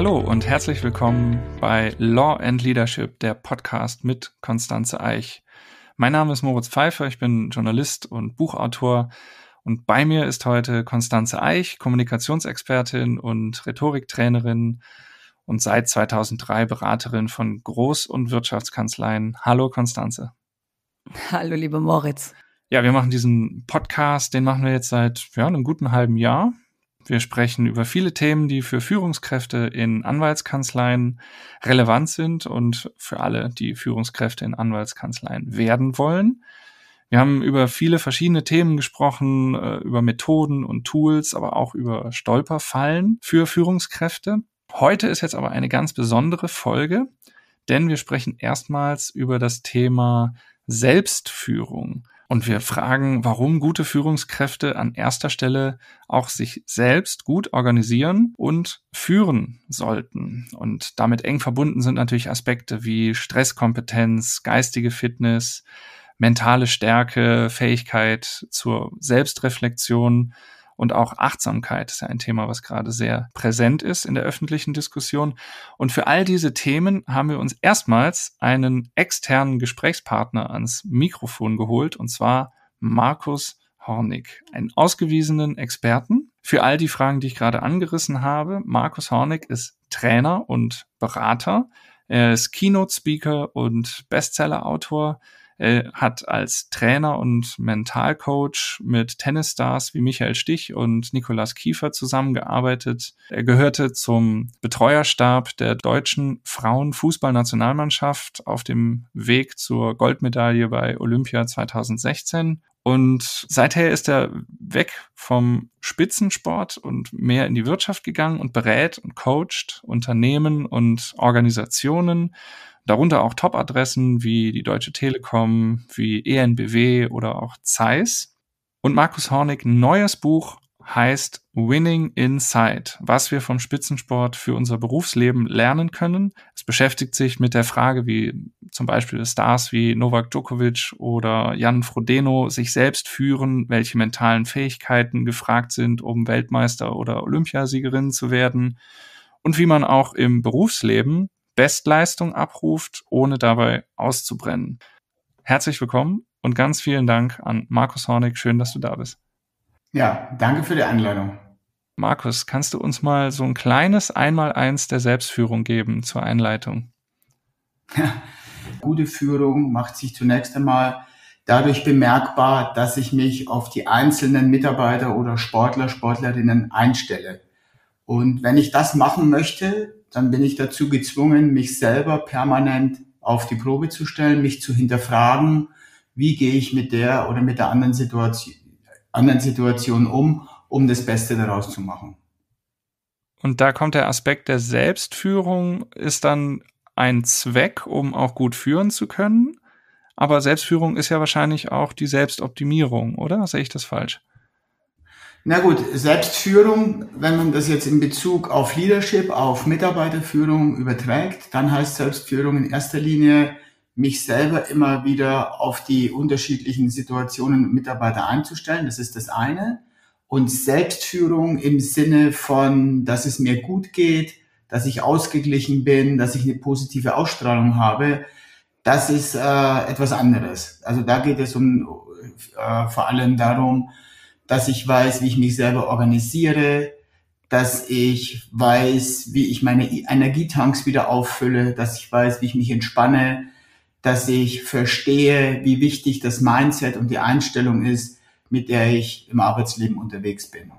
Hallo und herzlich willkommen bei Law and Leadership, der Podcast mit Constanze Eich. Mein Name ist Moritz Pfeiffer, ich bin Journalist und Buchautor und bei mir ist heute Constanze Eich, Kommunikationsexpertin und Rhetoriktrainerin und seit 2003 Beraterin von Groß- und Wirtschaftskanzleien. Hallo Constanze. Hallo lieber Moritz. Ja, wir machen diesen Podcast, den machen wir jetzt seit einem guten halben Jahr. Wir sprechen über viele Themen, die für Führungskräfte in Anwaltskanzleien relevant sind und für alle, die Führungskräfte in Anwaltskanzleien werden wollen. Wir haben über viele verschiedene Themen gesprochen, über Methoden und Tools, aber auch über Stolperfallen für Führungskräfte. Heute ist jetzt aber eine ganz besondere Folge, denn wir sprechen erstmals über das Thema Selbstführung. Und wir fragen, warum gute Führungskräfte an erster Stelle auch sich selbst gut organisieren und führen sollten. Und damit eng verbunden sind natürlich Aspekte wie Stresskompetenz, geistige Fitness, mentale Stärke, Fähigkeit zur Selbstreflexion und auch Achtsamkeit ist ja ein Thema, was gerade sehr präsent ist in der öffentlichen Diskussion. Und für all diese Themen haben wir uns erstmals einen externen Gesprächspartner ans Mikrofon geholt, und zwar Markus Hornig, einen ausgewiesenen Experten für all die Fragen, die ich gerade angerissen habe. Markus Hornig ist Trainer und Berater. Er ist Keynote-Speaker und Bestseller-Autor. Er hat als Trainer und Mentalcoach mit Tennisstars wie Michael Stich und Nicolas Kiefer zusammengearbeitet. Er gehörte zum Betreuerstab der deutschen Frauenfußballnationalmannschaft auf dem Weg zur Goldmedaille bei Olympia 2016. Und seither ist er weg vom Spitzensport und mehr in die Wirtschaft gegangen und berät und coacht Unternehmen und Organisationen, darunter auch Top-Adressen wie die Deutsche Telekom, wie EnBW oder auch Zeiss. Und Markus Hornig neues Buch heißt Winning Inside, was wir vom Spitzensport für unser Berufsleben lernen können. Es beschäftigt sich mit der Frage, wie zum Beispiel Stars wie Novak Djokovic oder Jan Frodeno sich selbst führen, welche mentalen Fähigkeiten gefragt sind, um Weltmeister oder Olympiasiegerin zu werden und wie man auch im Berufsleben Bestleistung abruft, ohne dabei auszubrennen. Herzlich willkommen und ganz vielen Dank an Markus Hornig. Schön, dass du da bist. Ja, danke für die Einladung. Markus, kannst du uns mal so ein kleines Einmaleins der Selbstführung geben zur Einleitung? Gute Führung macht sich zunächst einmal dadurch bemerkbar, dass ich mich auf die einzelnen Mitarbeiter oder Sportler, Sportlerinnen einstelle. Und wenn ich das machen möchte, dann bin ich dazu gezwungen, mich selber permanent auf die Probe zu stellen, mich zu hinterfragen, wie gehe ich mit der oder mit der anderen Situation um das Beste daraus zu machen. Und da kommt der Aspekt der Selbstführung, ist dann ein Zweck, um auch gut führen zu können. Aber Selbstführung ist ja wahrscheinlich auch die Selbstoptimierung, oder? Sehe ich das falsch? Na gut, Selbstführung, wenn man das jetzt in Bezug auf Leadership, auf Mitarbeiterführung überträgt, dann heißt Selbstführung in erster Linie, mich selber immer wieder auf die unterschiedlichen Situationen und Mitarbeiter einzustellen. Das ist das eine. Und Selbstführung im Sinne von, dass es mir gut geht, dass ich ausgeglichen bin, dass ich eine positive Ausstrahlung habe, das ist etwas anderes. Also da geht es vor allem darum, dass ich weiß, wie ich mich selber organisiere, dass ich weiß, wie ich meine Energietanks wieder auffülle, dass ich weiß, wie ich mich entspanne, dass ich verstehe, wie wichtig das Mindset und die Einstellung ist, mit der ich im Arbeitsleben unterwegs bin.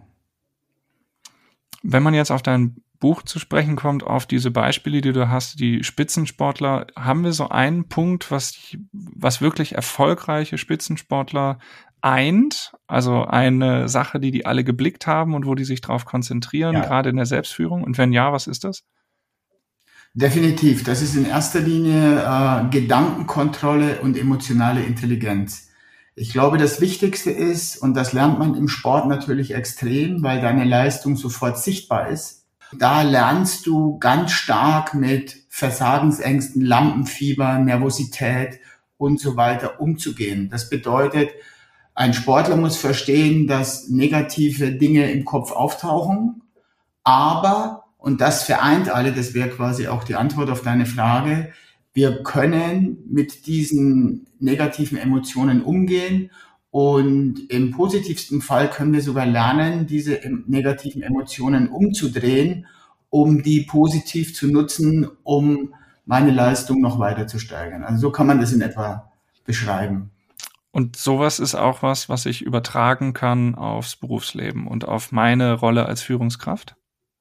Wenn man jetzt auf dein Buch zu sprechen kommt, auf diese Beispiele, die du hast, die Spitzensportler, haben wir so einen Punkt, was wirklich erfolgreiche Spitzensportler eint, also eine Sache, die alle geblickt haben und wo die sich drauf konzentrieren, gerade in der Selbstführung? Und wenn ja, was ist das? Definitiv. Das ist in erster Linie Gedankenkontrolle und emotionale Intelligenz. Ich glaube, das Wichtigste ist, und das lernt man im Sport natürlich extrem, weil deine Leistung sofort sichtbar ist, da lernst du ganz stark mit Versagensängsten, Lampenfieber, Nervosität und so weiter umzugehen. Das bedeutet, ein Sportler muss verstehen, dass negative Dinge im Kopf auftauchen, aber Und das vereint alle, das wäre quasi auch die Antwort auf deine Frage. Wir können mit diesen negativen Emotionen umgehen und im positivsten Fall können wir sogar lernen, diese negativen Emotionen umzudrehen, um die positiv zu nutzen, um meine Leistung noch weiter zu steigern. Also so kann man das in etwa beschreiben. Und sowas ist auch was ich übertragen kann aufs Berufsleben und auf meine Rolle als Führungskraft?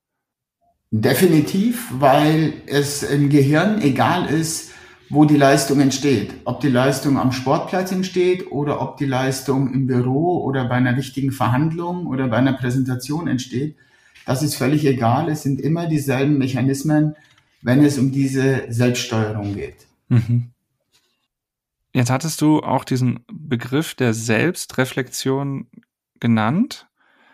Definitiv, weil es im Gehirn egal ist, wo die Leistung entsteht. Ob die Leistung am Sportplatz entsteht oder ob die Leistung im Büro oder bei einer wichtigen Verhandlung oder bei einer Präsentation entsteht. Das ist völlig egal. Es sind immer dieselben Mechanismen, wenn es um diese Selbststeuerung geht. Mhm. Jetzt hattest du auch diesen Begriff der Selbstreflexion genannt.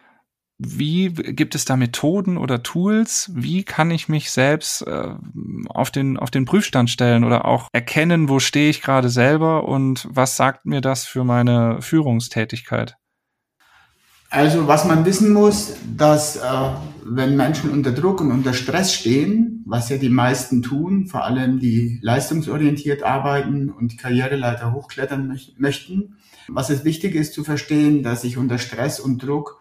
Wie gibt es da Methoden oder Tools? Wie kann ich mich selbst auf den Prüfstand stellen oder auch erkennen, wo stehe ich gerade selber und was sagt mir das für meine Führungstätigkeit? Also was man wissen muss, dass wenn Menschen unter Druck und unter Stress stehen, was ja die meisten tun, vor allem die leistungsorientiert arbeiten und die Karriereleiter hochklettern möchten, was es wichtig ist zu verstehen, dass ich unter Stress und Druck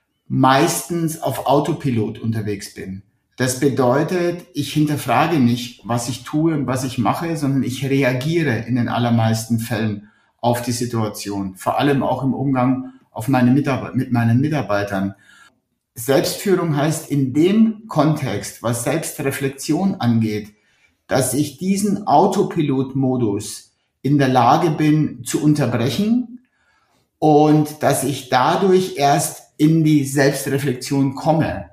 meistens auf Autopilot unterwegs bin. Das bedeutet, ich hinterfrage nicht, was ich tue und was ich mache, sondern ich reagiere in den allermeisten Fällen auf die Situation, vor allem auch im Umgang mit meinen Mitarbeitern. Selbstführung heißt in dem Kontext, was Selbstreflexion angeht, dass ich diesen Autopilot-Modus in der Lage bin zu unterbrechen und dass ich dadurch erst in die Selbstreflexion komme.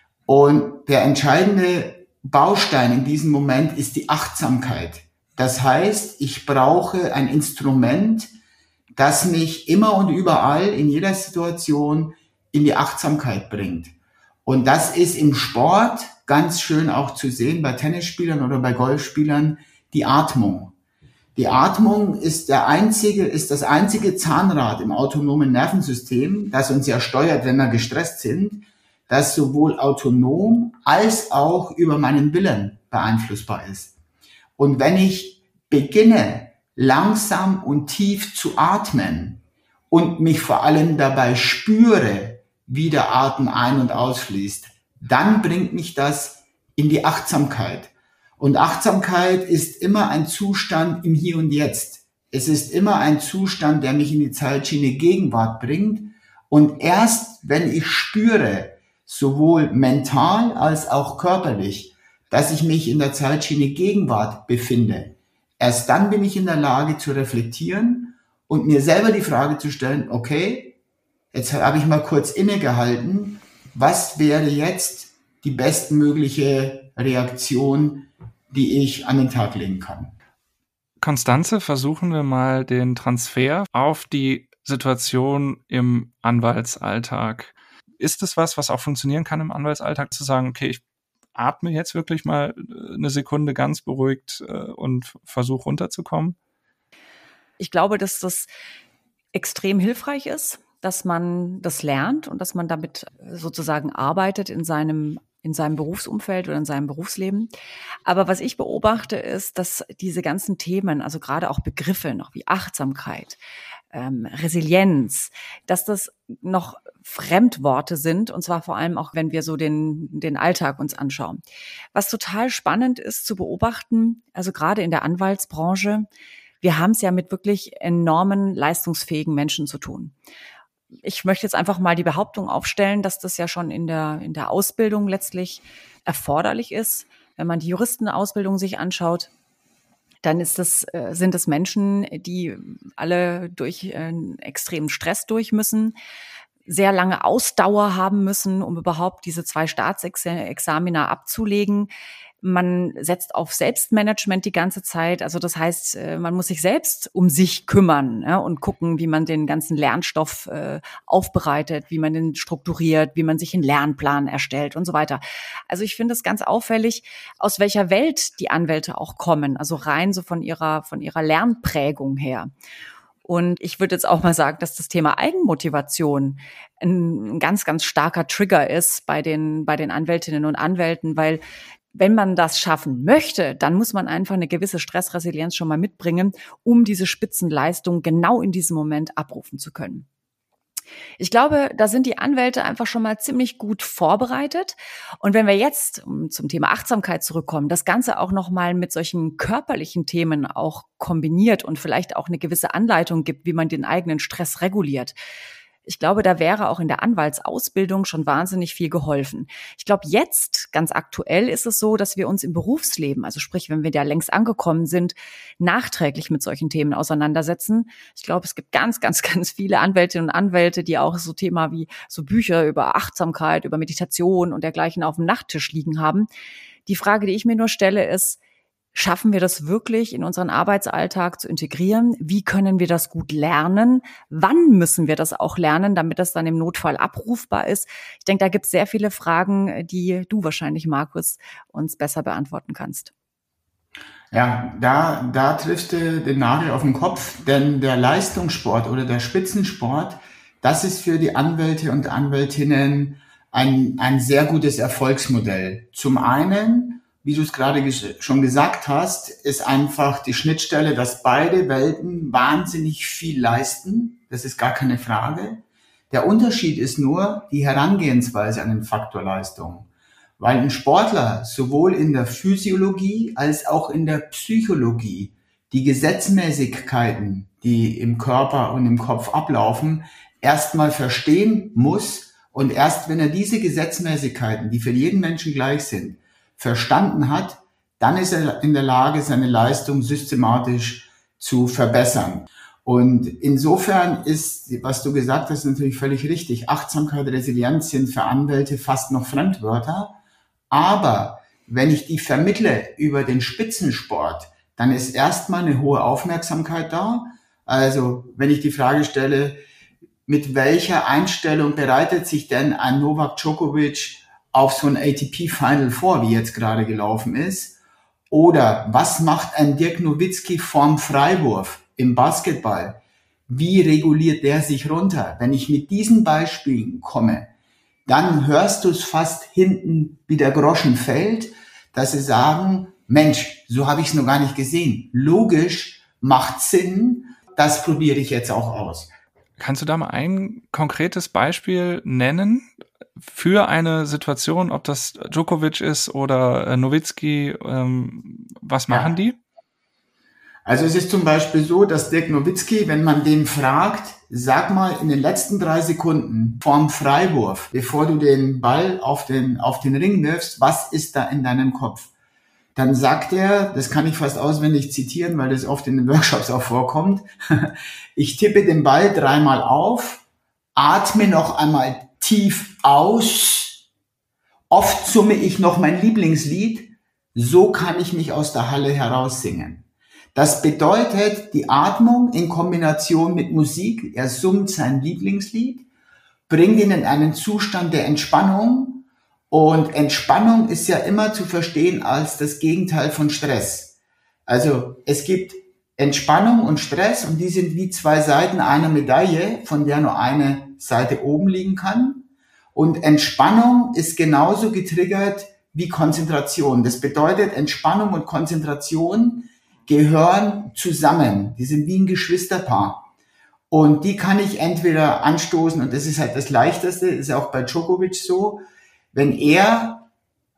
Und der entscheidende Baustein in diesem Moment ist die Achtsamkeit. Das heißt, ich brauche ein Instrument, das mich immer und überall in jeder Situation in die Achtsamkeit bringt. Und das ist im Sport ganz schön auch zu sehen, bei Tennisspielern oder bei Golfspielern, die Atmung. Die Atmung ist das einzige Zahnrad im autonomen Nervensystem, das uns ja steuert, wenn wir gestresst sind, das sowohl autonom als auch über meinen Willen beeinflussbar ist. Und wenn ich beginne, langsam und tief zu atmen und mich vor allem dabei spüre, wie der Atem ein- und ausfließt, dann bringt mich das in die Achtsamkeit. Und Achtsamkeit ist immer ein Zustand im Hier und Jetzt. Es ist immer ein Zustand, der mich in die Zeitschiene Gegenwart bringt. Und erst wenn ich spüre, sowohl mental als auch körperlich, dass ich mich in der Zeitschiene Gegenwart befinde, erst dann bin ich in der Lage zu reflektieren und mir selber die Frage zu stellen, okay, jetzt habe ich mal kurz innegehalten, was wäre jetzt die bestmögliche Reaktion, die ich an den Tag legen kann. Constanze, versuchen wir mal den Transfer auf die Situation im Anwaltsalltag. Ist es was auch funktionieren kann im Anwaltsalltag, zu sagen, okay, ich atme jetzt wirklich mal eine Sekunde ganz beruhigt und versuche runterzukommen? Ich glaube, dass das extrem hilfreich ist, dass man das lernt und dass man damit sozusagen arbeitet in seinem Berufsumfeld oder in seinem Berufsleben. Aber was ich beobachte, ist, dass diese ganzen Themen, also gerade auch Begriffe noch wie Achtsamkeit, Resilienz, dass das noch Fremdworte sind, und zwar vor allem auch, wenn wir so den Alltag uns anschauen. Was total spannend ist zu beobachten, also gerade in der Anwaltsbranche, wir haben es ja mit wirklich enormen leistungsfähigen Menschen zu tun. Ich möchte jetzt einfach mal die Behauptung aufstellen, dass das ja schon in der Ausbildung letztlich erforderlich ist. Wenn man die Juristenausbildung sich anschaut, dann sind es Menschen, die alle durch extremen Stress durch müssen, sehr lange Ausdauer haben müssen, um überhaupt diese 2 Staatsexamina abzulegen. Man setzt auf Selbstmanagement die ganze Zeit. Also das heißt, man muss sich selbst um sich kümmern, ja, und gucken, wie man den ganzen Lernstoff aufbereitet, wie man den strukturiert, wie man sich einen Lernplan erstellt und so weiter. Also ich finde es ganz auffällig, aus welcher Welt die Anwälte auch kommen. Also rein so von ihrer Lernprägung her. Und ich würde jetzt auch mal sagen, dass das Thema Eigenmotivation ein ganz, ganz starker Trigger ist bei den Anwältinnen und Anwälten, weil wenn man das schaffen möchte, dann muss man einfach eine gewisse Stressresilienz schon mal mitbringen, um diese Spitzenleistung genau in diesem Moment abrufen zu können. Ich glaube, da sind die Anwälte einfach schon mal ziemlich gut vorbereitet. Und wenn wir jetzt zum Thema Achtsamkeit zurückkommen, das Ganze auch noch mal mit solchen körperlichen Themen auch kombiniert und vielleicht auch eine gewisse Anleitung gibt, wie man den eigenen Stress reguliert. Ich glaube, da wäre auch in der Anwaltsausbildung schon wahnsinnig viel geholfen. Ich glaube, jetzt, ganz aktuell, ist es so, dass wir uns im Berufsleben, also sprich, wenn wir da längst angekommen sind, nachträglich mit solchen Themen auseinandersetzen. Ich glaube, es gibt ganz, ganz, ganz viele Anwältinnen und Anwälte, die auch so Thema wie so Bücher über Achtsamkeit, über Meditation und dergleichen auf dem Nachttisch liegen haben. Die Frage, die ich mir nur stelle, ist, schaffen wir das wirklich in unseren Arbeitsalltag zu integrieren? Wie können wir das gut lernen? Wann müssen wir das auch lernen, damit das dann im Notfall abrufbar ist? Ich denke, da gibt es sehr viele Fragen, die du wahrscheinlich, Markus, uns besser beantworten kannst. Ja, da triffst du den Nagel auf den Kopf, denn der Leistungssport oder der Spitzensport, das ist für die Anwälte und Anwältinnen ein sehr gutes Erfolgsmodell. Zum einen, wie du es gerade schon gesagt hast, ist einfach die Schnittstelle, dass beide Welten wahnsinnig viel leisten. Das ist gar keine Frage. Der Unterschied ist nur die Herangehensweise an den Faktor Leistung. Weil ein Sportler sowohl in der Physiologie als auch in der Psychologie die Gesetzmäßigkeiten, die im Körper und im Kopf ablaufen, erstmal verstehen muss. Und erst wenn er diese Gesetzmäßigkeiten, die für jeden Menschen gleich sind, verstanden hat, dann ist er in der Lage, seine Leistung systematisch zu verbessern. Und insofern ist, was du gesagt hast, natürlich völlig richtig. Achtsamkeit, Resilienz sind für Anwälte fast noch Fremdwörter. Aber wenn ich die vermittle über den Spitzensport, dann ist erstmal eine hohe Aufmerksamkeit da. Also wenn ich die Frage stelle, mit welcher Einstellung bereitet sich denn ein Novak Djokovic auf so ein ATP-Final vor, wie jetzt gerade gelaufen ist? Oder was macht ein Dirk Nowitzki vorm Freiwurf im Basketball? Wie reguliert der sich runter? Wenn ich mit diesen Beispielen komme, dann hörst du es fast hinten, wie der Groschen fällt, dass sie sagen, Mensch, so habe ich es noch gar nicht gesehen. Logisch, macht Sinn, das probiere ich jetzt auch aus. Kannst du da mal ein konkretes Beispiel nennen für eine Situation, ob das Djokovic ist oder Nowitzki, was machen die? Also es ist zum Beispiel so, dass Dirk Nowitzki, wenn man den fragt, sag mal in den letzten 3 Sekunden vorm Freiwurf, bevor du den Ball auf den Ring wirfst, was ist da in deinem Kopf? Dann sagt er, das kann ich fast auswendig zitieren, weil das oft in den Workshops auch vorkommt, ich tippe den Ball 3-mal auf, atme noch einmal tief aus, oft summe ich noch mein Lieblingslied, so kann ich mich aus der Halle heraus singen. Das bedeutet, die Atmung in Kombination mit Musik, er summt sein Lieblingslied, bringt ihn in einen Zustand der Entspannung. Und Entspannung ist ja immer zu verstehen als das Gegenteil von Stress. Also es gibt Entspannung und Stress und die sind wie 2 Seiten einer Medaille, von der nur eine Seite oben liegen kann. Und Entspannung ist genauso getriggert wie Konzentration. Das bedeutet, Entspannung und Konzentration gehören zusammen. Die sind wie ein Geschwisterpaar. Und die kann ich entweder anstoßen, und das ist halt das Leichteste, ist auch bei Djokovic so, wenn er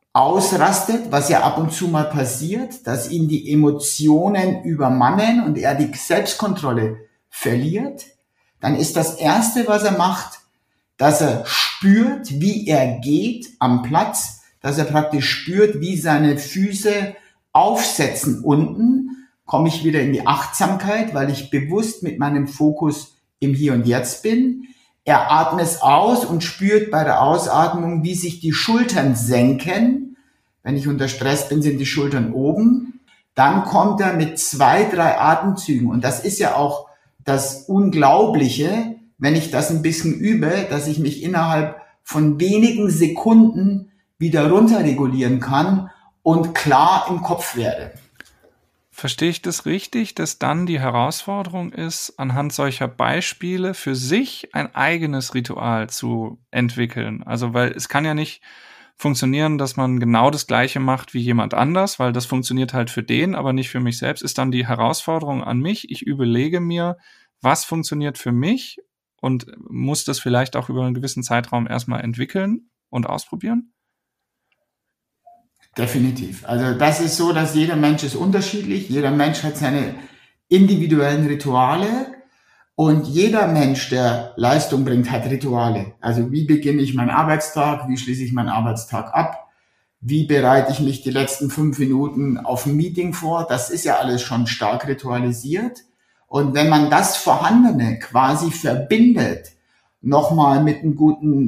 ausrastet, was ja ab und zu mal passiert, dass ihn die Emotionen übermannen und er die Selbstkontrolle verliert, dann ist das Erste, was er macht, dass er spürt, wie er geht am Platz, dass er praktisch spürt, wie seine Füße aufsetzen unten, komme ich wieder in die Achtsamkeit, weil ich bewusst mit meinem Fokus im Hier und Jetzt bin. Er atmet es aus und spürt bei der Ausatmung, wie sich die Schultern senken. Wenn ich unter Stress bin, sind die Schultern oben. Dann kommt er mit 2, 3 Atemzügen. Und das ist ja auch das Unglaubliche, wenn ich das ein bisschen übe, dass ich mich innerhalb von wenigen Sekunden wieder runterregulieren kann und klar im Kopf werde. Verstehe ich das richtig, dass dann die Herausforderung ist, anhand solcher Beispiele für sich ein eigenes Ritual zu entwickeln? Also, weil es kann ja nicht funktionieren, dass man genau das Gleiche macht wie jemand anders, weil das funktioniert halt für den, aber nicht für mich selbst. Ist dann die Herausforderung an mich, ich überlege mir, was funktioniert für mich und muss das vielleicht auch über einen gewissen Zeitraum erstmal entwickeln und ausprobieren? Definitiv. Also das ist so, dass jeder Mensch ist unterschiedlich, jeder Mensch hat seine individuellen Rituale und jeder Mensch, der Leistung bringt, hat Rituale. Also wie beginne ich meinen Arbeitstag, wie schließe ich meinen Arbeitstag ab, wie bereite ich mich die letzten 5 Minuten auf ein Meeting vor, das ist ja alles schon stark ritualisiert. Und wenn man das Vorhandene quasi verbindet, nochmal mit einem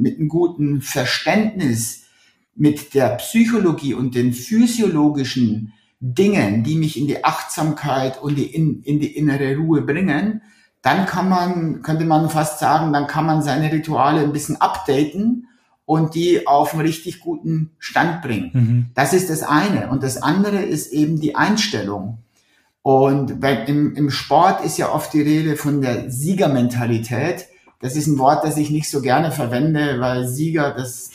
guten Verständnis, mit der Psychologie und den physiologischen Dingen, die mich in die Achtsamkeit und in die innere Ruhe bringen, dann könnte man fast sagen, dann kann man seine Rituale ein bisschen updaten und die auf einen richtig guten Stand bringen. Mhm. Das ist das eine. Und das andere ist eben die Einstellung. Und im Sport ist ja oft die Rede von der Siegermentalität. Das ist ein Wort, das ich nicht so gerne verwende, weil Sieger,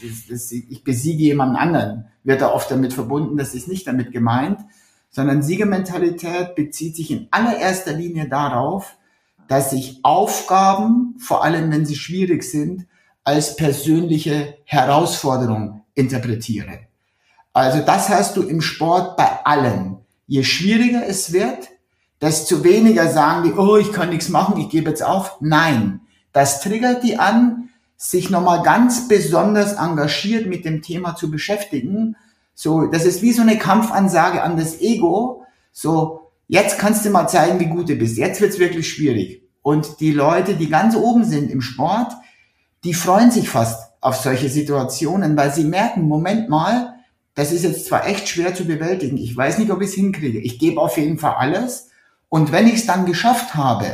ich besiege jemanden anderen, wird da oft damit verbunden, das ist nicht damit gemeint, sondern Siegermentalität bezieht sich in allererster Linie darauf, dass ich Aufgaben, vor allem wenn sie schwierig sind, als persönliche Herausforderung interpretiere. Also das hast du im Sport bei allen. Je schwieriger es wird, desto weniger sagen die, oh, ich kann nichts machen, ich gebe jetzt auf. Nein. Das triggert die an, sich nochmal ganz besonders engagiert mit dem Thema zu beschäftigen. So, das ist wie so eine Kampfansage an das Ego. So, jetzt kannst du mal zeigen, wie gut du bist. Jetzt wird's wirklich schwierig. Und die Leute, die ganz oben sind im Sport, die freuen sich fast auf solche Situationen, weil sie merken, Moment mal, das ist jetzt zwar echt schwer zu bewältigen. Ich weiß nicht, ob ich es hinkriege. Ich gebe auf jeden Fall alles. Und wenn ich es dann geschafft habe,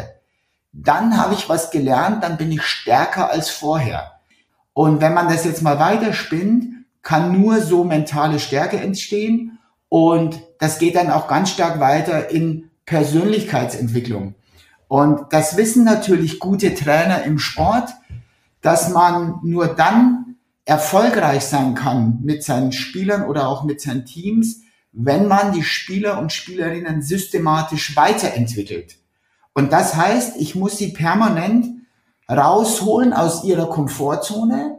dann habe ich was gelernt, dann bin ich stärker als vorher. Und wenn man das jetzt mal weiterspinnt, kann nur so mentale Stärke entstehen und das geht dann auch ganz stark weiter in Persönlichkeitsentwicklung. Und das wissen natürlich gute Trainer im Sport, dass man nur dann erfolgreich sein kann mit seinen Spielern oder auch mit seinen Teams, wenn man die Spieler und Spielerinnen systematisch weiterentwickelt. Und das heißt, ich muss sie permanent rausholen aus ihrer Komfortzone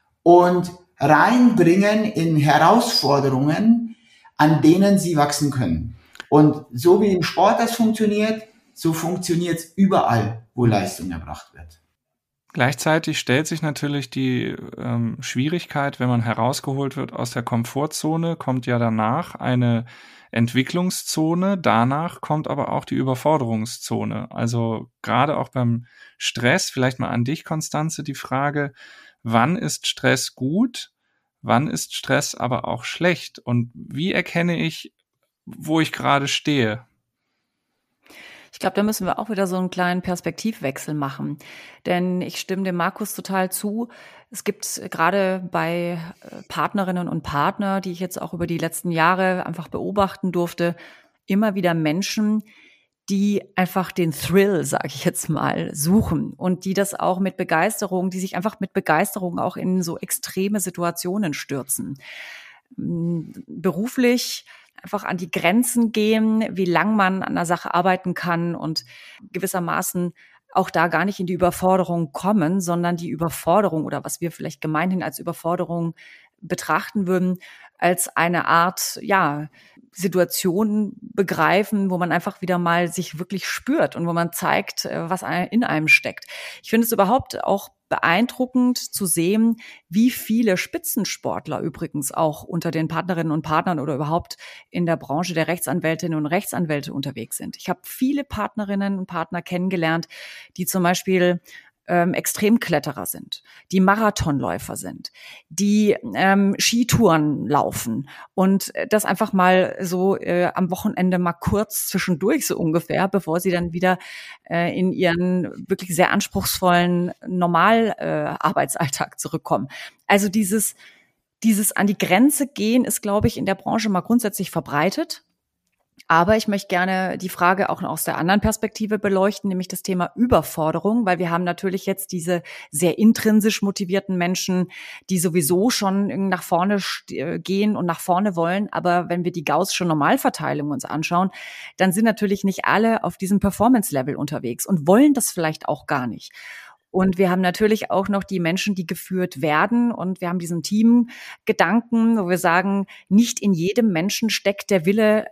und reinbringen in Herausforderungen, an denen sie wachsen können. Und so wie im Sport das funktioniert, so funktioniert es überall, wo Leistung erbracht wird. Gleichzeitig stellt sich natürlich die Schwierigkeit, wenn man herausgeholt wird aus der Komfortzone, kommt ja danach eine Entwicklungszone, danach kommt aber auch die Überforderungszone. Also gerade auch beim Stress, vielleicht mal an dich, Constanze, die Frage, wann ist Stress gut, wann ist Stress aber auch schlecht und wie erkenne ich, wo ich gerade stehe? Ich glaube, da müssen wir auch wieder so einen kleinen Perspektivwechsel machen. Denn ich stimme dem Markus total zu. Es gibt gerade bei Partnerinnen und Partnern, die ich jetzt auch über die letzten Jahre einfach beobachten durfte, immer wieder Menschen, die einfach den Thrill, sage ich jetzt mal, suchen und die das auch mit Begeisterung, die sich einfach mit Begeisterung auch in so extreme Situationen stürzen. Beruflich einfach an die Grenzen gehen, wie lang man an der Sache arbeiten kann und gewissermaßen auch da gar nicht in die Überforderung kommen, sondern die Überforderung oder was wir vielleicht gemeinhin als Überforderung betrachten würden, als eine Art, ja, Situation begreifen, wo man einfach wieder mal sich wirklich spürt und wo man zeigt, was in einem steckt. Ich finde es überhaupt auch beeindruckend zu sehen, wie viele Spitzensportler übrigens auch unter den Partnerinnen und Partnern oder überhaupt in der Branche der Rechtsanwältinnen und Rechtsanwälte unterwegs sind. Ich habe viele Partnerinnen und Partner kennengelernt, die zum Beispiel Extremkletterer sind, die Marathonläufer sind, die Skitouren laufen und das einfach mal so am Wochenende mal kurz zwischendurch so ungefähr, bevor sie dann wieder in ihren wirklich sehr anspruchsvollen Arbeitsalltag zurückkommen. Also dieses an die Grenze gehen ist, glaube ich, in der Branche mal grundsätzlich verbreitet. Aber ich möchte gerne die Frage auch aus der anderen Perspektive beleuchten, nämlich das Thema Überforderung, weil wir haben natürlich jetzt diese sehr intrinsisch motivierten Menschen, die sowieso schon nach vorne gehen und nach vorne wollen. Aber wenn wir die Gaußsche Normalverteilung uns anschauen, dann sind natürlich nicht alle auf diesem Performance-Level unterwegs und wollen das vielleicht auch gar nicht. Und wir haben natürlich auch noch die Menschen, die geführt werden. Und wir haben diesen Teamgedanken, wo wir sagen, nicht in jedem Menschen steckt der Wille,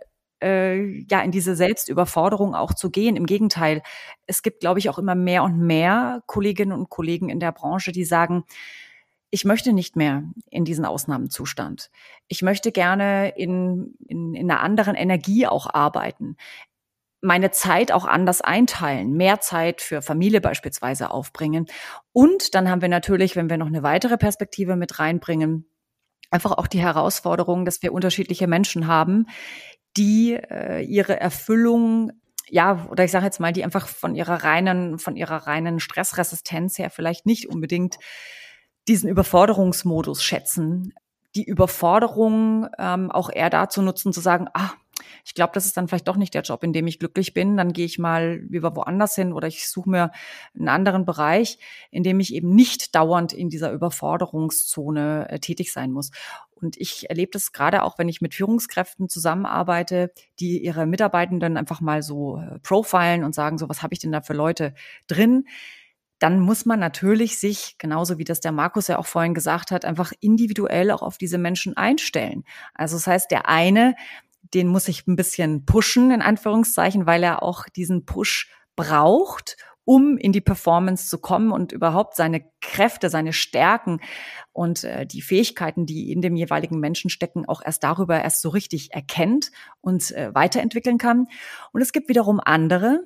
in diese Selbstüberforderung auch zu gehen. Im Gegenteil, es gibt, glaube ich, auch immer mehr und mehr Kolleginnen und Kollegen in der Branche, die sagen, ich möchte nicht mehr in diesen Ausnahmezustand. Ich möchte gerne in einer anderen Energie auch arbeiten. Meine Zeit auch anders einteilen, mehr Zeit für Familie beispielsweise aufbringen. Und dann haben wir natürlich, wenn wir noch eine weitere Perspektive mit reinbringen, einfach auch die Herausforderung, dass wir unterschiedliche Menschen haben, die ihre Erfüllung, oder ich sage jetzt mal, die einfach von ihrer reinen Stressresistenz her vielleicht nicht unbedingt diesen Überforderungsmodus schätzen. Die Überforderung auch eher dazu nutzen, zu sagen, ich glaube, das ist dann vielleicht doch nicht der Job, in dem ich glücklich bin. Dann gehe ich mal lieber woanders hin oder ich suche mir einen anderen Bereich, in dem ich eben nicht dauernd in dieser Überforderungszone tätig sein muss. Und ich erlebe das gerade auch, wenn ich mit Führungskräften zusammenarbeite, die ihre Mitarbeitenden einfach mal so profilen und sagen, so, was habe ich denn da für Leute drin? Dann muss man natürlich sich, genauso wie das der Markus ja auch vorhin gesagt hat, einfach individuell auch auf diese Menschen einstellen. Also das heißt, der eine, den muss ich ein bisschen pushen, in Anführungszeichen, weil er auch diesen Push braucht, um in die Performance zu kommen und überhaupt seine Kräfte, seine Stärken und die Fähigkeiten, die in dem jeweiligen Menschen stecken, auch erst so richtig erkennt und weiterentwickeln kann. Und es gibt wiederum andere,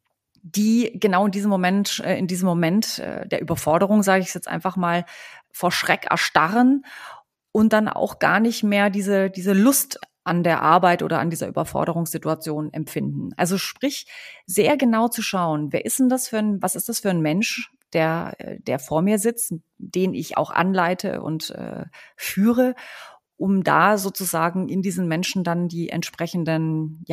die genau in diesem Moment der Überforderung, sage ich es jetzt einfach mal, vor Schreck erstarren und dann auch gar nicht mehr diese Lust an der Arbeit oder an dieser Überforderungssituation empfinden. Also sprich, sehr genau zu schauen, was ist das für ein Mensch, der vor mir sitzt, den ich auch anleite und führe, um da sozusagen in diesen Menschen dann die entsprechenden,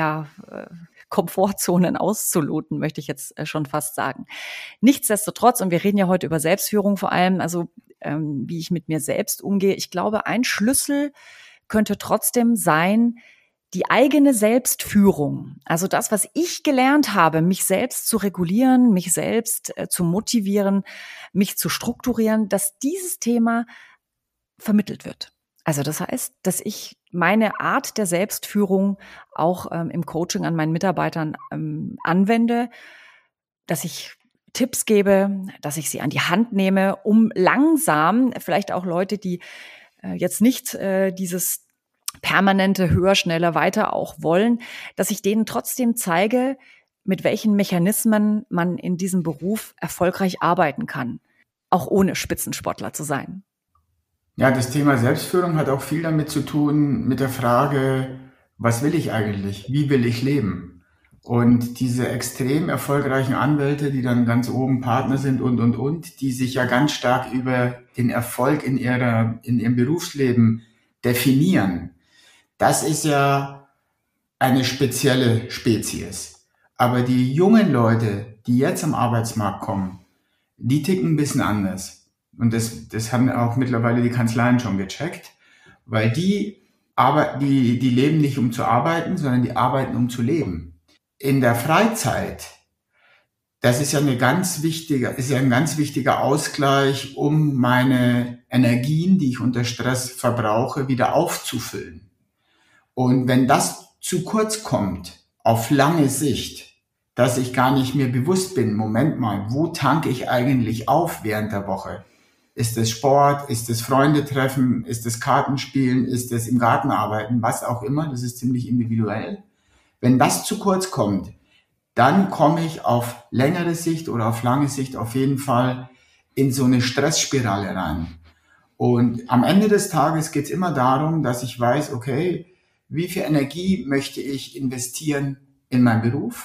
Komfortzonen auszuloten, möchte ich jetzt schon fast sagen. Nichtsdestotrotz, und wir reden ja heute über Selbstführung vor allem, also wie ich mit mir selbst umgehe, ich glaube, ein Schlüssel könnte trotzdem sein, die eigene Selbstführung. Also das, was ich gelernt habe, mich selbst zu regulieren, mich selbst zu motivieren, mich zu strukturieren, dass dieses Thema vermittelt wird. Also das heißt, dass ich meine Art der Selbstführung auch im Coaching an meinen Mitarbeitern anwende, dass ich Tipps gebe, dass ich sie an die Hand nehme, um langsam vielleicht auch Leute, die jetzt nicht dieses permanente höher, schneller, weiter auch wollen, dass ich denen trotzdem zeige, mit welchen Mechanismen man in diesem Beruf erfolgreich arbeiten kann, auch ohne Spitzensportler zu sein. Ja, das Thema Selbstführung hat auch viel damit zu tun, mit der Frage, was will ich eigentlich? Wie will ich leben? Und diese extrem erfolgreichen Anwälte, die dann ganz oben Partner sind und, die sich ja ganz stark über den Erfolg in ihrem Berufsleben definieren, das ist ja eine spezielle Spezies. Aber die jungen Leute, die jetzt am Arbeitsmarkt kommen, die ticken ein bisschen anders. Und das haben auch mittlerweile die Kanzleien schon gecheckt, weil die leben nicht, um zu arbeiten, sondern die arbeiten, um zu leben. In der Freizeit, das ist ja ein ganz wichtiger Ausgleich, um meine Energien, die ich unter Stress verbrauche, wieder aufzufüllen. Und wenn das zu kurz kommt, auf lange Sicht, dass ich gar nicht mehr bewusst bin, Moment mal, wo tanke ich eigentlich auf während der Woche? Ist es Sport? Ist es Freunde treffen? Ist es Kartenspielen? Ist es im Garten arbeiten? Was auch immer, das ist ziemlich individuell. Wenn das zu kurz kommt, dann komme ich auf längere Sicht oder auf lange Sicht auf jeden Fall in so eine Stressspirale rein. Und am Ende des Tages geht es immer darum, dass ich weiß, okay, wie viel Energie möchte ich investieren in meinen Beruf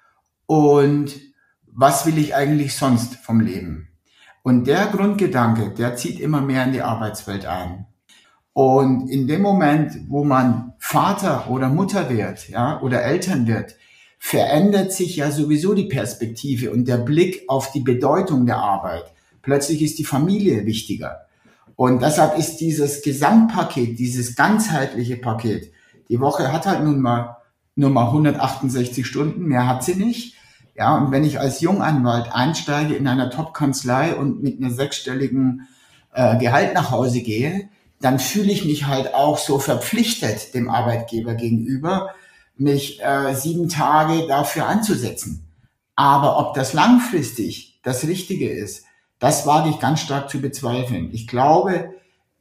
und was will ich eigentlich sonst vom Leben? Und der Grundgedanke, der zieht immer mehr in die Arbeitswelt ein. Und in dem Moment, wo man Vater oder Mutter wird, ja, oder Eltern wird, verändert sich ja sowieso die Perspektive und der Blick auf die Bedeutung der Arbeit. Plötzlich ist die Familie wichtiger. Und deshalb ist dieses Gesamtpaket, dieses ganzheitliche Paket, die Woche hat halt nun mal 168 Stunden, mehr hat sie nicht. Ja, und wenn ich als Junganwalt einsteige in einer Top-Kanzlei und mit einer sechsstelligen Gehalt nach Hause gehe, dann fühle ich mich halt auch so verpflichtet dem Arbeitgeber gegenüber, mich 7 Tage dafür anzusetzen. Aber ob das langfristig das Richtige ist, das wage ich ganz stark zu bezweifeln. Ich glaube,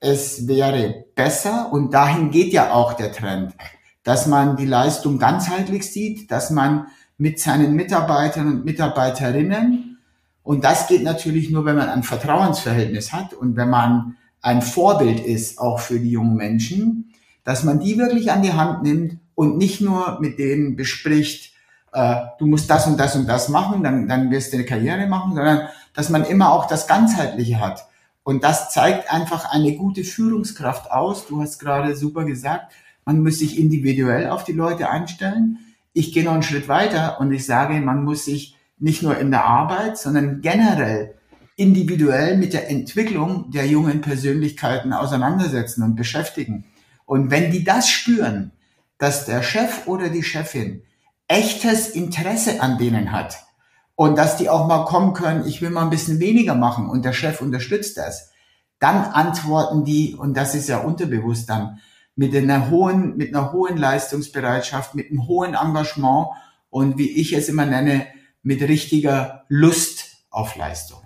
es wäre besser, und dahin geht ja auch der Trend, dass man die Leistung ganzheitlich sieht, dass man mit seinen Mitarbeitern und Mitarbeiterinnen, und das geht natürlich nur, wenn man ein Vertrauensverhältnis hat und wenn man ein Vorbild ist, auch für die jungen Menschen, dass man die wirklich an die Hand nimmt und nicht nur mit denen bespricht, du musst das und das und das machen, dann wirst du eine Karriere machen, sondern dass man immer auch das Ganzheitliche hat. Und das zeigt einfach eine gute Führungskraft aus. Du hast gerade super gesagt, man muss sich individuell auf die Leute einstellen. Ich gehe noch einen Schritt weiter und ich sage, man muss sich nicht nur in der Arbeit, sondern generell individuell mit der Entwicklung der jungen Persönlichkeiten auseinandersetzen und beschäftigen. Und wenn die das spüren, dass der Chef oder die Chefin echtes Interesse an denen hat und dass die auch mal kommen können, ich will mal ein bisschen weniger machen und der Chef unterstützt das, dann antworten die, und das ist ja unterbewusst dann, mit einer hohen Leistungsbereitschaft, mit einem hohen Engagement und wie ich es immer nenne, mit richtiger Lust auf Leistung.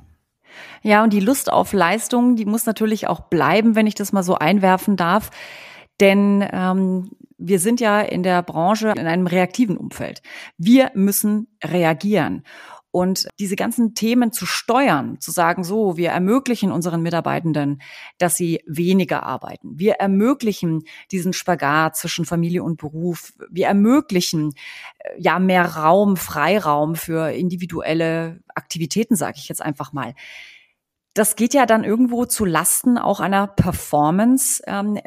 Ja, und die Lust auf Leistung, die muss natürlich auch bleiben, wenn ich das mal so einwerfen darf. Denn wir sind ja in der Branche in einem reaktiven Umfeld. Wir müssen reagieren. Und diese ganzen Themen zu steuern, zu sagen, so, wir ermöglichen unseren Mitarbeitenden, dass sie weniger arbeiten. Wir ermöglichen diesen Spagat zwischen Familie und Beruf. Wir ermöglichen ja mehr Raum, Freiraum für individuelle Aktivitäten, sage ich jetzt einfach mal. Das geht ja dann irgendwo zu Lasten auch einer Performance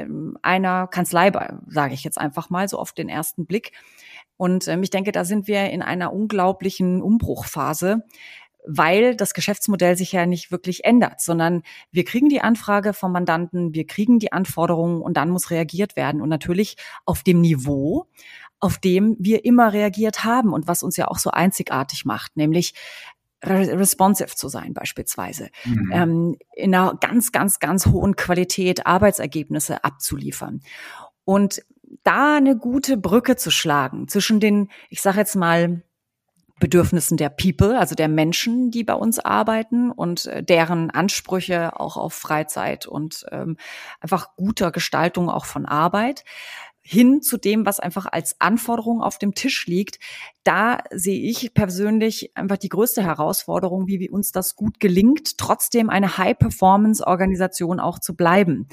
einer Kanzlei, sage ich jetzt einfach mal so auf den ersten Blick. Und ich denke, da sind wir in einer unglaublichen Umbruchphase, weil das Geschäftsmodell sich ja nicht wirklich ändert, sondern wir kriegen die Anfrage vom Mandanten, wir kriegen die Anforderungen und dann muss reagiert werden. Und natürlich auf dem Niveau, auf dem wir immer reagiert haben und was uns ja auch so einzigartig macht, nämlich responsive zu sein beispielsweise, in einer ganz, ganz, ganz hohen Qualität Arbeitsergebnisse abzuliefern. Und da eine gute Brücke zu schlagen zwischen den, ich sage jetzt mal, Bedürfnissen der People, also der Menschen, die bei uns arbeiten und deren Ansprüche auch auf Freizeit und einfach guter Gestaltung auch von Arbeit, hin zu dem, was einfach als Anforderung auf dem Tisch liegt. Da sehe ich persönlich einfach die größte Herausforderung, wie uns das gut gelingt, trotzdem eine High-Performance-Organisation auch zu bleiben.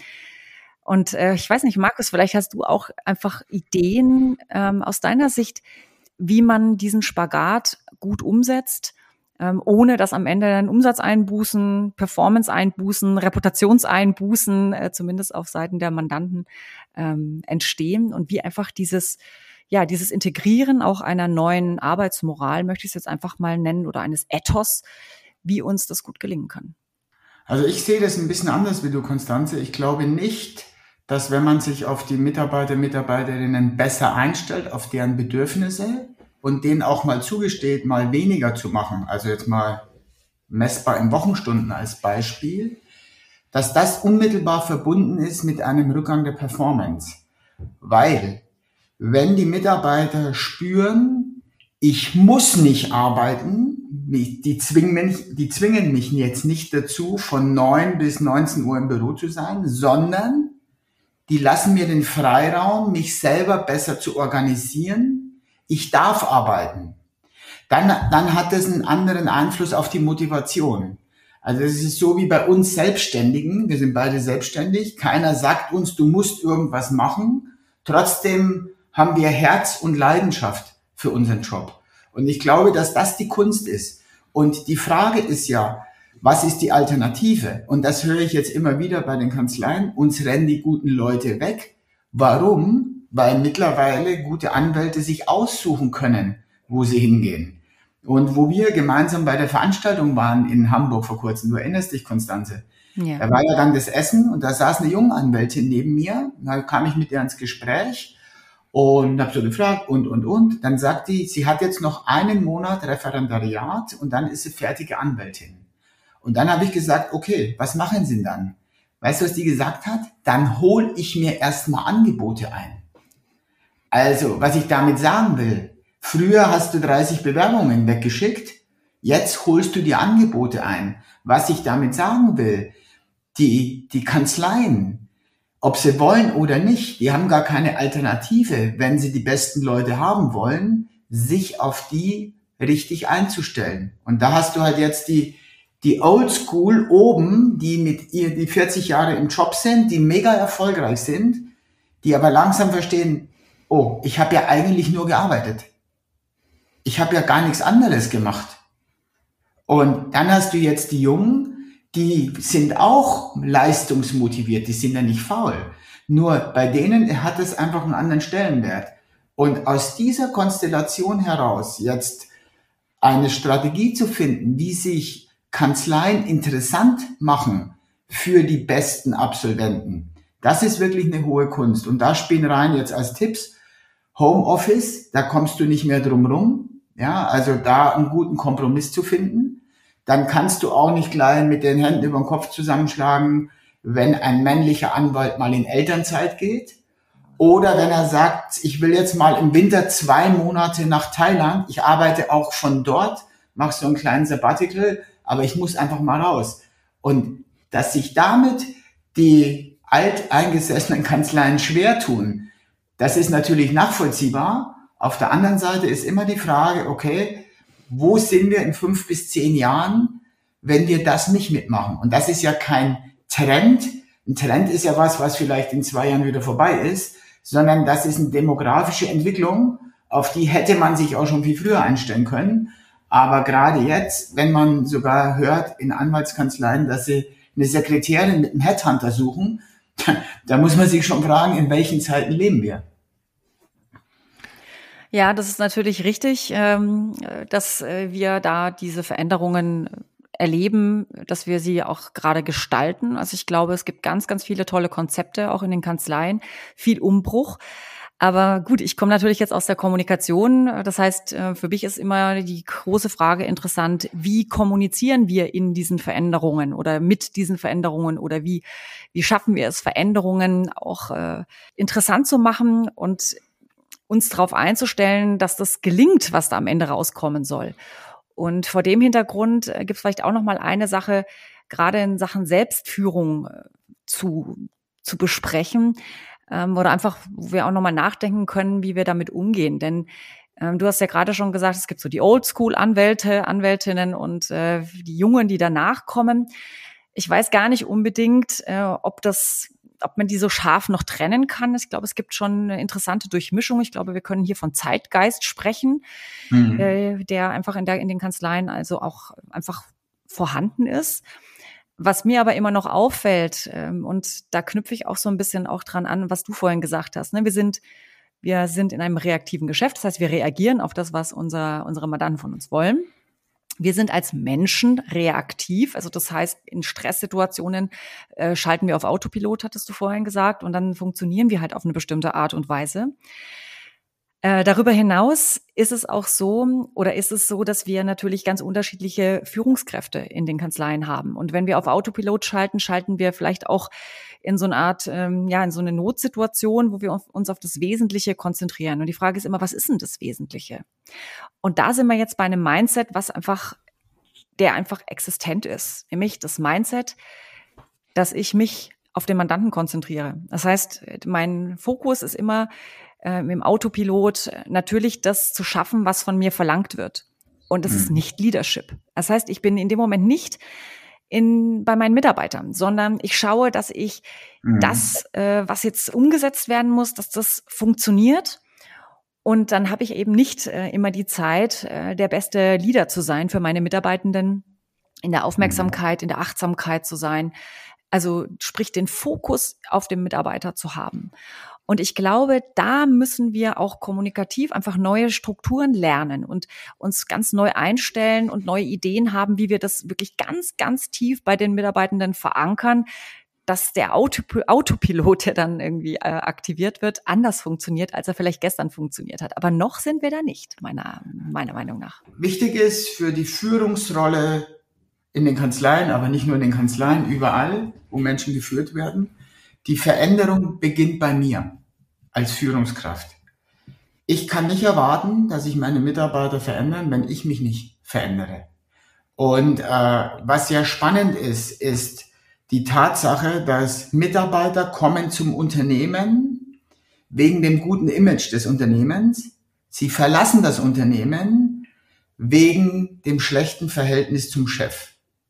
Und ich weiß nicht, Markus, vielleicht hast du auch einfach Ideen aus deiner Sicht, wie man diesen Spagat gut umsetzt, ohne dass am Ende dann Umsatzeinbußen, Performance-Einbußen, Reputationseinbußen, zumindest auf Seiten der Mandanten entstehen und wie einfach dieses Integrieren auch einer neuen Arbeitsmoral, möchte ich es jetzt einfach mal nennen, oder eines Ethos, wie uns das gut gelingen kann. Also ich sehe das ein bisschen anders wie du, Constanze. Ich glaube nicht, dass wenn man sich auf die Mitarbeiterinnen besser einstellt, auf deren Bedürfnisse und denen auch mal zugesteht, mal weniger zu machen, also jetzt mal messbar in Wochenstunden als Beispiel, dass das unmittelbar verbunden ist mit einem Rückgang der Performance. Weil, wenn die Mitarbeiter spüren, ich muss nicht arbeiten, die zwingen mich jetzt nicht dazu, von 9 bis 19 Uhr im Büro zu sein, sondern die lassen mir den Freiraum, mich selber besser zu organisieren. Ich darf arbeiten. Dann hat das einen anderen Einfluss auf die Motivation. Also es ist so wie bei uns Selbstständigen. Wir sind beide selbstständig. Keiner sagt uns, du musst irgendwas machen. Trotzdem haben wir Herz und Leidenschaft für unseren Job. Und ich glaube, dass das die Kunst ist. Und die Frage ist ja, Was ist die Alternative? Und das höre ich jetzt immer wieder bei den Kanzleien. Uns rennen die guten Leute weg. Warum? Weil mittlerweile gute Anwälte sich aussuchen können, wo sie hingehen. Und wo wir gemeinsam bei der Veranstaltung waren in Hamburg vor kurzem, du erinnerst dich, Konstanze, da war ja dann das Essen und da saß eine junge Anwältin neben mir. Da kam ich mit ihr ins Gespräch und habe so gefragt und. Dann sagt die, sie hat jetzt noch einen Monat Referendariat und dann ist sie fertige Anwältin. Und dann habe ich gesagt, okay, was machen Sie denn dann? Weißt du, was die gesagt hat? Dann hole ich mir erstmal Angebote ein. Also, was ich damit sagen will, früher hast du 30 Bewerbungen weggeschickt, jetzt holst du dir Angebote ein. Was ich damit sagen will, die Kanzleien, ob sie wollen oder nicht, die haben gar keine Alternative, wenn sie die besten Leute haben wollen, sich auf die richtig einzustellen. Und da hast du halt jetzt die Oldschool oben, die mit ihr, die 40 Jahre im Job sind, die mega erfolgreich sind, die aber langsam verstehen, oh, ich habe ja eigentlich nur gearbeitet. Ich habe ja gar nichts anderes gemacht. Und dann hast du jetzt die Jungen, die sind auch leistungsmotiviert, die sind ja nicht faul. Nur bei denen hat es einfach einen anderen Stellenwert. Und aus dieser Konstellation heraus jetzt eine Strategie zu finden, wie sich Kanzleien interessant machen für die besten Absolventen, das ist wirklich eine hohe Kunst. Und da spielen rein jetzt als Tipps Homeoffice, da kommst du nicht mehr drum rum. Ja, also da einen guten Kompromiss zu finden. Dann kannst du auch nicht gleich mit den Händen über den Kopf zusammenschlagen, wenn ein männlicher Anwalt mal in Elternzeit geht. Oder wenn er sagt, ich will jetzt mal im Winter 2 Monate nach Thailand. Ich arbeite auch von dort, mache so einen kleinen Sabbatical, aber ich muss einfach mal raus. Und dass sich damit die alteingesessenen Kanzleien schwer tun, das ist natürlich nachvollziehbar. Auf der anderen Seite ist immer die Frage, okay, wo sind wir in 5 bis 10 Jahren, wenn wir das nicht mitmachen? Und das ist ja kein Trend. Ein Trend ist ja was vielleicht in 2 Jahren wieder vorbei ist, sondern das ist eine demografische Entwicklung, auf die hätte man sich auch schon viel früher einstellen können. Aber gerade jetzt, wenn man sogar hört in Anwaltskanzleien, dass sie eine Sekretärin mit einem Headhunter suchen, da muss man sich schon fragen, in welchen Zeiten leben wir? Ja, das ist natürlich richtig, dass wir da diese Veränderungen erleben, dass wir sie auch gerade gestalten. Also ich glaube, es gibt ganz, ganz viele tolle Konzepte, auch in den Kanzleien, viel Umbruch. Aber gut, ich komme natürlich jetzt aus der Kommunikation. Das heißt, für mich ist immer die große Frage interessant, wie kommunizieren wir in diesen Veränderungen oder mit diesen Veränderungen oder wie schaffen wir es, Veränderungen auch interessant zu machen und uns darauf einzustellen, dass das gelingt, was da am Ende rauskommen soll. Und vor dem Hintergrund gibt es vielleicht auch noch mal eine Sache, gerade in Sachen Selbstführung zu besprechen oder einfach, wo wir auch noch mal nachdenken können, wie wir damit umgehen. Denn du hast ja gerade schon gesagt, es gibt so die Oldschool-Anwälte, Anwältinnen und die Jungen, die danach kommen. Ich weiß gar nicht unbedingt, ob man die so scharf noch trennen kann. Ich glaube, es gibt schon eine interessante Durchmischung. Ich glaube, wir können hier von Zeitgeist sprechen, der einfach in den Kanzleien also auch einfach vorhanden ist. Was mir aber immer noch auffällt, und da knüpfe ich auch so ein bisschen auch dran an, was du vorhin gesagt hast, ne? Wir sind in einem reaktiven Geschäft. Das heißt, wir reagieren auf das, was unsere Mandanten von uns wollen. Wir sind als Menschen reaktiv, also das heißt, in Stresssituationen schalten wir auf Autopilot, hattest du vorhin gesagt, und dann funktionieren wir halt auf eine bestimmte Art und Weise. Darüber hinaus ist es so, dass wir natürlich ganz unterschiedliche Führungskräfte in den Kanzleien haben. Und wenn wir auf Autopilot schalten wir vielleicht auch in so eine Art, in so eine Notsituation, wo wir uns auf das Wesentliche konzentrieren. Und die Frage ist immer, was ist denn das Wesentliche? Und da sind wir jetzt bei einem Mindset, der einfach existent ist. Nämlich das Mindset, dass ich mich auf den Mandanten konzentriere. Das heißt, mein Fokus ist immer im Autopilot natürlich das zu schaffen, was von mir verlangt wird. Und das ist nicht Leadership. Das heißt, ich bin in dem Moment nicht bei meinen Mitarbeitern, sondern ich schaue, dass ich das, was jetzt umgesetzt werden muss, dass das funktioniert. Und dann habe ich eben nicht immer die Zeit, der beste Leader zu sein für meine Mitarbeitenden, in der Aufmerksamkeit, in der Achtsamkeit zu sein. Also sprich, den Fokus auf den Mitarbeiter zu haben. Und ich glaube, da müssen wir auch kommunikativ einfach neue Strukturen lernen und uns ganz neu einstellen und neue Ideen haben, wie wir das wirklich ganz, ganz tief bei den Mitarbeitenden verankern, dass der Autopilot, der dann irgendwie aktiviert wird, anders funktioniert, als er vielleicht gestern funktioniert hat. Aber noch sind wir da nicht, meiner Meinung nach. Wichtig ist für die Führungsrolle in den Kanzleien, aber nicht nur in den Kanzleien, überall, wo Menschen geführt werden, die Veränderung beginnt bei mir als Führungskraft. Ich kann nicht erwarten, dass sich meine Mitarbeiter verändern, wenn ich mich nicht verändere. Und was sehr spannend ist die Tatsache, dass Mitarbeiter kommen zum Unternehmen wegen dem guten Image des Unternehmens. Sie verlassen das Unternehmen wegen dem schlechten Verhältnis zum Chef.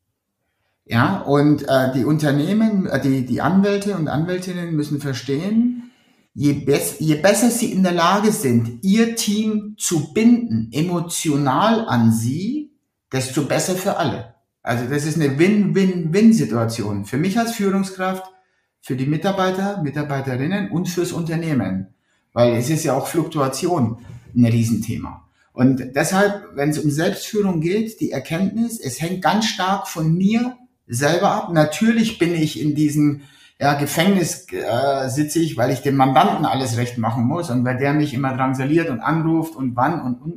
Ja, und die Unternehmen, die Anwälte und Anwältinnen müssen verstehen, je besser sie in der Lage sind, ihr Team zu binden, emotional an sie, desto besser für alle. Also das ist eine Win-Win-Win-Situation für mich als Führungskraft, für die Mitarbeiter, Mitarbeiterinnen und fürs Unternehmen. Weil es ist ja auch Fluktuation ein Riesenthema. Und deshalb, wenn es um Selbstführung geht, die Erkenntnis, es hängt ganz stark von mir selber ab. Natürlich bin ich in diesem Gefängnis sitze ich, weil ich dem Mandanten alles recht machen muss und weil der mich immer drangsaliert und anruft und wann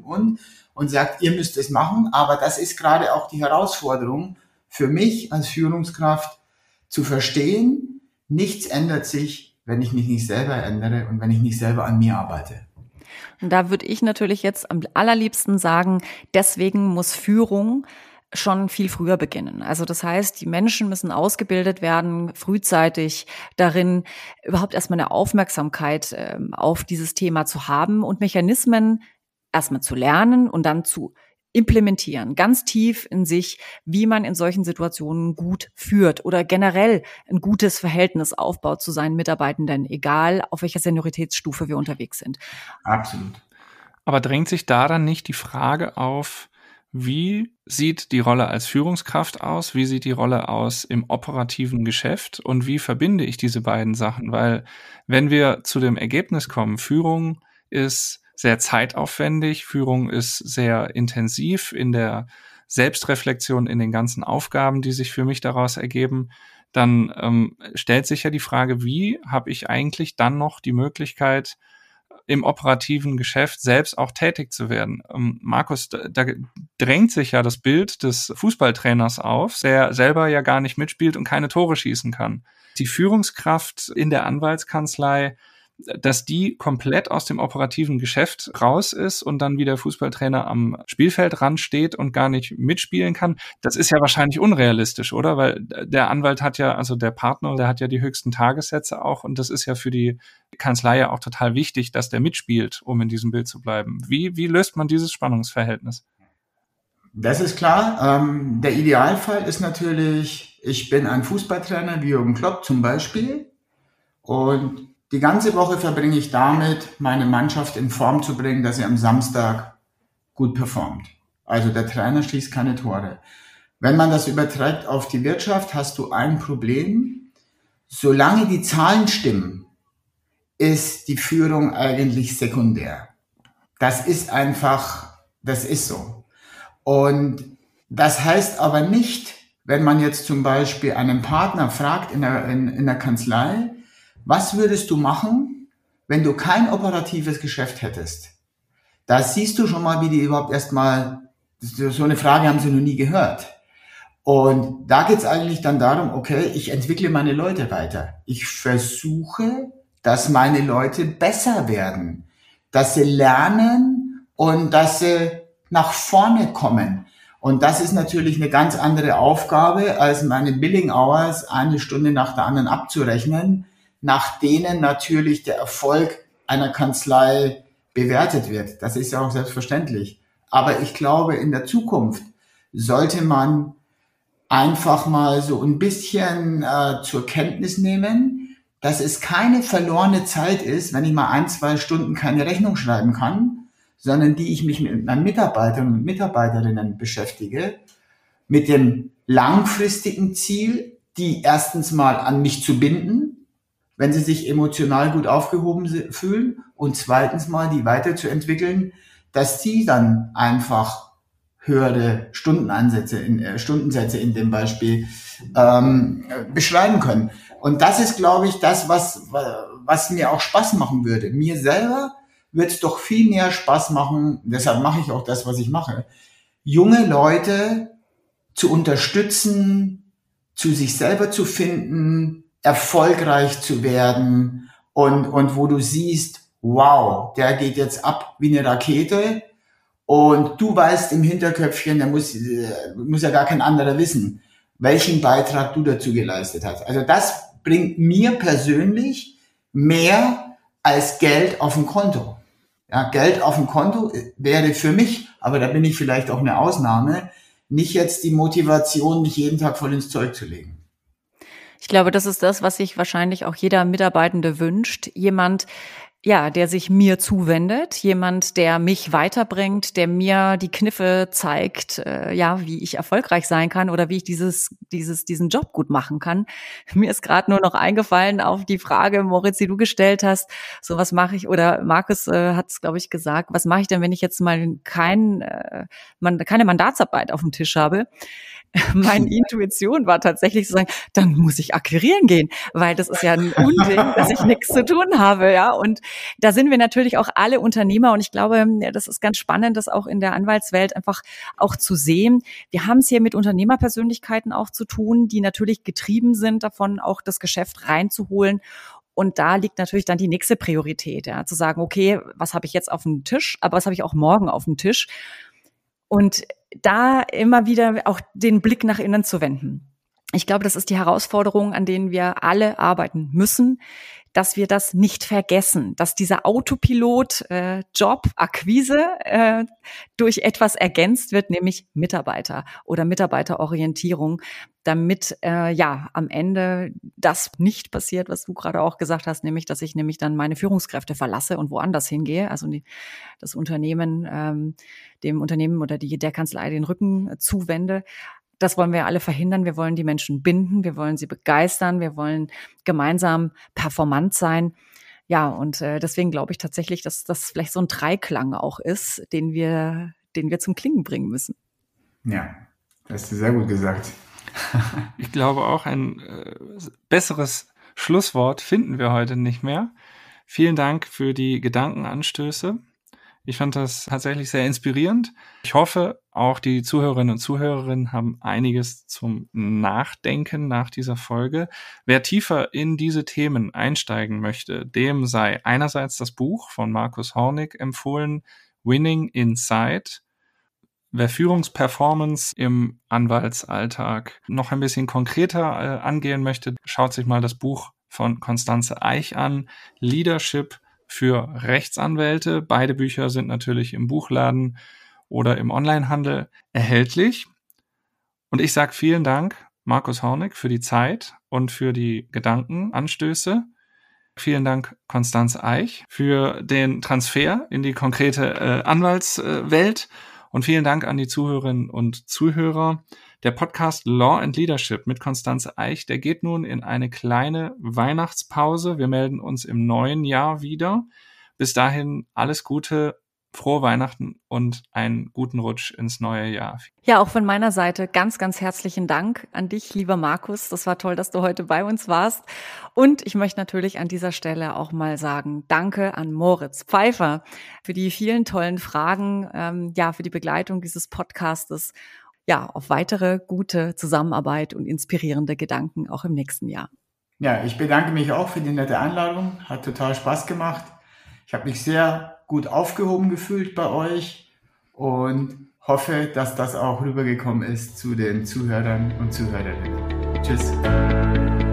und sagt, ihr müsst es machen. Aber das ist gerade auch die Herausforderung für mich als Führungskraft zu verstehen, nichts ändert sich, wenn ich mich nicht selber ändere und wenn ich nicht selber an mir arbeite. Und da würde ich natürlich jetzt am allerliebsten sagen, deswegen muss Führung schon viel früher beginnen. Also das heißt, die Menschen müssen ausgebildet werden, frühzeitig darin, überhaupt erstmal eine Aufmerksamkeit auf dieses Thema zu haben und Mechanismen erstmal zu lernen und dann zu implementieren, ganz tief in sich, wie man in solchen Situationen gut führt oder generell ein gutes Verhältnis aufbaut zu seinen Mitarbeitenden, egal auf welcher Senioritätsstufe wir unterwegs sind. Absolut. Aber drängt sich da dann nicht die Frage auf, wie sieht die Rolle als Führungskraft aus? Wie sieht die Rolle aus im operativen Geschäft? Und wie verbinde ich diese beiden Sachen? Weil wenn wir zu dem Ergebnis kommen, Führung ist sehr zeitaufwendig, Führung ist sehr intensiv in der Selbstreflexion, in den ganzen Aufgaben, die sich für mich daraus ergeben, dann stellt sich ja die Frage, wie habe ich eigentlich dann noch die Möglichkeit, im operativen Geschäft selbst auch tätig zu werden. Markus, da drängt sich ja das Bild des Fußballtrainers auf, der selber ja gar nicht mitspielt und keine Tore schießen kann. Die Führungskraft in der Anwaltskanzlei, dass die komplett aus dem operativen Geschäft raus ist und dann wie der Fußballtrainer am Spielfeldrand steht und gar nicht mitspielen kann, das ist ja wahrscheinlich unrealistisch, oder? Weil der Anwalt hat ja, also der Partner, der hat ja die höchsten Tagessätze auch und das ist ja für die Kanzlei ja auch total wichtig, dass der mitspielt, um in diesem Bild zu bleiben. Wie löst man dieses Spannungsverhältnis? Das ist klar. Der Idealfall ist natürlich, ich bin ein Fußballtrainer wie Jürgen Klopp zum Beispiel und die ganze Woche verbringe ich damit, meine Mannschaft in Form zu bringen, dass sie am Samstag gut performt. Also der Trainer schießt keine Tore. Wenn man das überträgt auf die Wirtschaft, hast du ein Problem. Solange die Zahlen stimmen, ist die Führung eigentlich sekundär. Das ist so. Und das heißt aber nicht, wenn man jetzt zum Beispiel einen Partner fragt in der Kanzlei, was würdest du machen, wenn du kein operatives Geschäft hättest? Da siehst du schon mal, wie die überhaupt erstmal, so eine Frage haben sie noch nie gehört. Und da geht's eigentlich dann darum, okay, ich entwickle meine Leute weiter. Ich versuche, dass meine Leute besser werden, dass sie lernen und dass sie nach vorne kommen. Und das ist natürlich eine ganz andere Aufgabe, als meine Billing Hours eine Stunde nach der anderen abzurechnen, nach denen natürlich der Erfolg einer Kanzlei bewertet wird. Das ist ja auch selbstverständlich. Aber ich glaube, in der Zukunft sollte man einfach mal so ein bisschen zur Kenntnis nehmen, dass es keine verlorene Zeit ist, wenn ich mal 1-2 Stunden keine Rechnung schreiben kann, sondern die ich mich mit meinen Mitarbeitern und Mitarbeiterinnen beschäftige, mit dem langfristigen Ziel, die erstens mal an mich zu binden, wenn sie sich emotional gut aufgehoben fühlen, und zweitens mal die weiterzuentwickeln, dass die dann einfach höhere Stundensätze in dem Beispiel beschreiben können. Und das ist, glaube ich, das, was mir auch Spaß machen würde. Mir selber wird es doch viel mehr Spaß machen, deshalb mache ich auch das, was ich mache, junge Leute zu unterstützen, zu sich selber zu finden, erfolgreich zu werden und wo du siehst, wow, der geht jetzt ab wie eine Rakete und du weißt im Hinterköpfchen, der muss ja gar kein anderer wissen, welchen Beitrag du dazu geleistet hast. Also das bringt mir persönlich mehr als Geld auf dem Konto. Ja, Geld auf dem Konto wäre für mich, aber da bin ich vielleicht auch eine Ausnahme, nicht jetzt die Motivation, mich jeden Tag voll ins Zeug zu legen. Ich glaube, das ist das, was sich wahrscheinlich auch jeder Mitarbeitende wünscht. Jemand, ja, der sich mir zuwendet, jemand, der mich weiterbringt, der mir die Kniffe zeigt, wie ich erfolgreich sein kann oder wie ich diesen Job gut machen kann. Mir ist gerade nur noch eingefallen auf die Frage, Moritz, die du gestellt hast, so was mache ich, oder Markus hat es, glaube ich, gesagt, was mache ich denn, wenn ich jetzt mal keine Mandatsarbeit auf dem Tisch habe? Meine Intuition war tatsächlich zu sagen, dann muss ich akquirieren gehen, weil das ist ja ein Unding, dass ich nichts zu tun habe, ja. Und da sind wir natürlich auch alle Unternehmer und ich glaube, das ist ganz spannend, das auch in der Anwaltswelt einfach auch zu sehen. Wir haben es hier mit Unternehmerpersönlichkeiten auch zu tun, die natürlich getrieben sind davon, auch das Geschäft reinzuholen. Und da liegt natürlich dann die nächste Priorität, ja, zu sagen, okay, was habe ich jetzt auf dem Tisch, aber was habe ich auch morgen auf dem Tisch? Und da immer wieder auch den Blick nach innen zu wenden. Ich glaube, das ist die Herausforderung, an denen wir alle arbeiten müssen, dass wir das nicht vergessen, dass dieser Autopilot Job, Akquise durch etwas ergänzt wird, nämlich Mitarbeiter oder Mitarbeiterorientierung, damit am Ende das nicht passiert, was du gerade auch gesagt hast, nämlich, dass ich dann meine Führungskräfte verlasse und woanders hingehe, also das Unternehmen, dem Unternehmen oder der Kanzlei den Rücken zuwende. Das wollen wir alle verhindern. Wir wollen die Menschen binden, wir wollen sie begeistern, wir wollen gemeinsam performant sein. Ja, und deswegen glaube ich tatsächlich, dass das vielleicht so ein Dreiklang auch ist, den wir zum Klingen bringen müssen. Ja, das hast du sehr gut gesagt. Ich glaube auch, ein besseres Schlusswort finden wir heute nicht mehr. Vielen Dank für die Gedankenanstöße. Ich fand das tatsächlich sehr inspirierend. Ich hoffe, auch die Zuhörerinnen und Zuhörerinnen haben einiges zum Nachdenken nach dieser Folge. Wer tiefer in diese Themen einsteigen möchte, dem sei einerseits das Buch von Markus Hornig empfohlen, Winning Inside. Wer Führungsperformance im Anwaltsalltag noch ein bisschen konkreter angehen möchte, schaut sich mal das Buch von Constanze Eich an, Leadership für Rechtsanwälte. Beide Bücher sind natürlich im Buchladen oder im Onlinehandel erhältlich. Und ich sage vielen Dank, Markus Hornig, für die Zeit und für die Gedankenanstöße. Vielen Dank, Constanze Eich, für den Transfer in die konkrete Anwaltswelt. Und vielen Dank an die Zuhörerinnen und Zuhörer. Der Podcast Law and Leadership mit Constanze Eich, der geht nun in eine kleine Weihnachtspause. Wir melden uns im neuen Jahr wieder. Bis dahin alles Gute, frohe Weihnachten und einen guten Rutsch ins neue Jahr. Ja, auch von meiner Seite ganz, ganz herzlichen Dank an dich, lieber Markus. Das war toll, dass du heute bei uns warst. Und ich möchte natürlich an dieser Stelle auch mal sagen, danke an Moritz Pfeiffer für die vielen tollen Fragen, für die Begleitung dieses Podcastes. Ja, auf weitere gute Zusammenarbeit und inspirierende Gedanken auch im nächsten Jahr. Ja, ich bedanke mich auch für die nette Einladung. Hat total Spaß gemacht. Ich habe mich sehr gut aufgehoben gefühlt bei euch und hoffe, dass das auch rübergekommen ist zu den Zuhörern und Zuhörerinnen. Tschüss.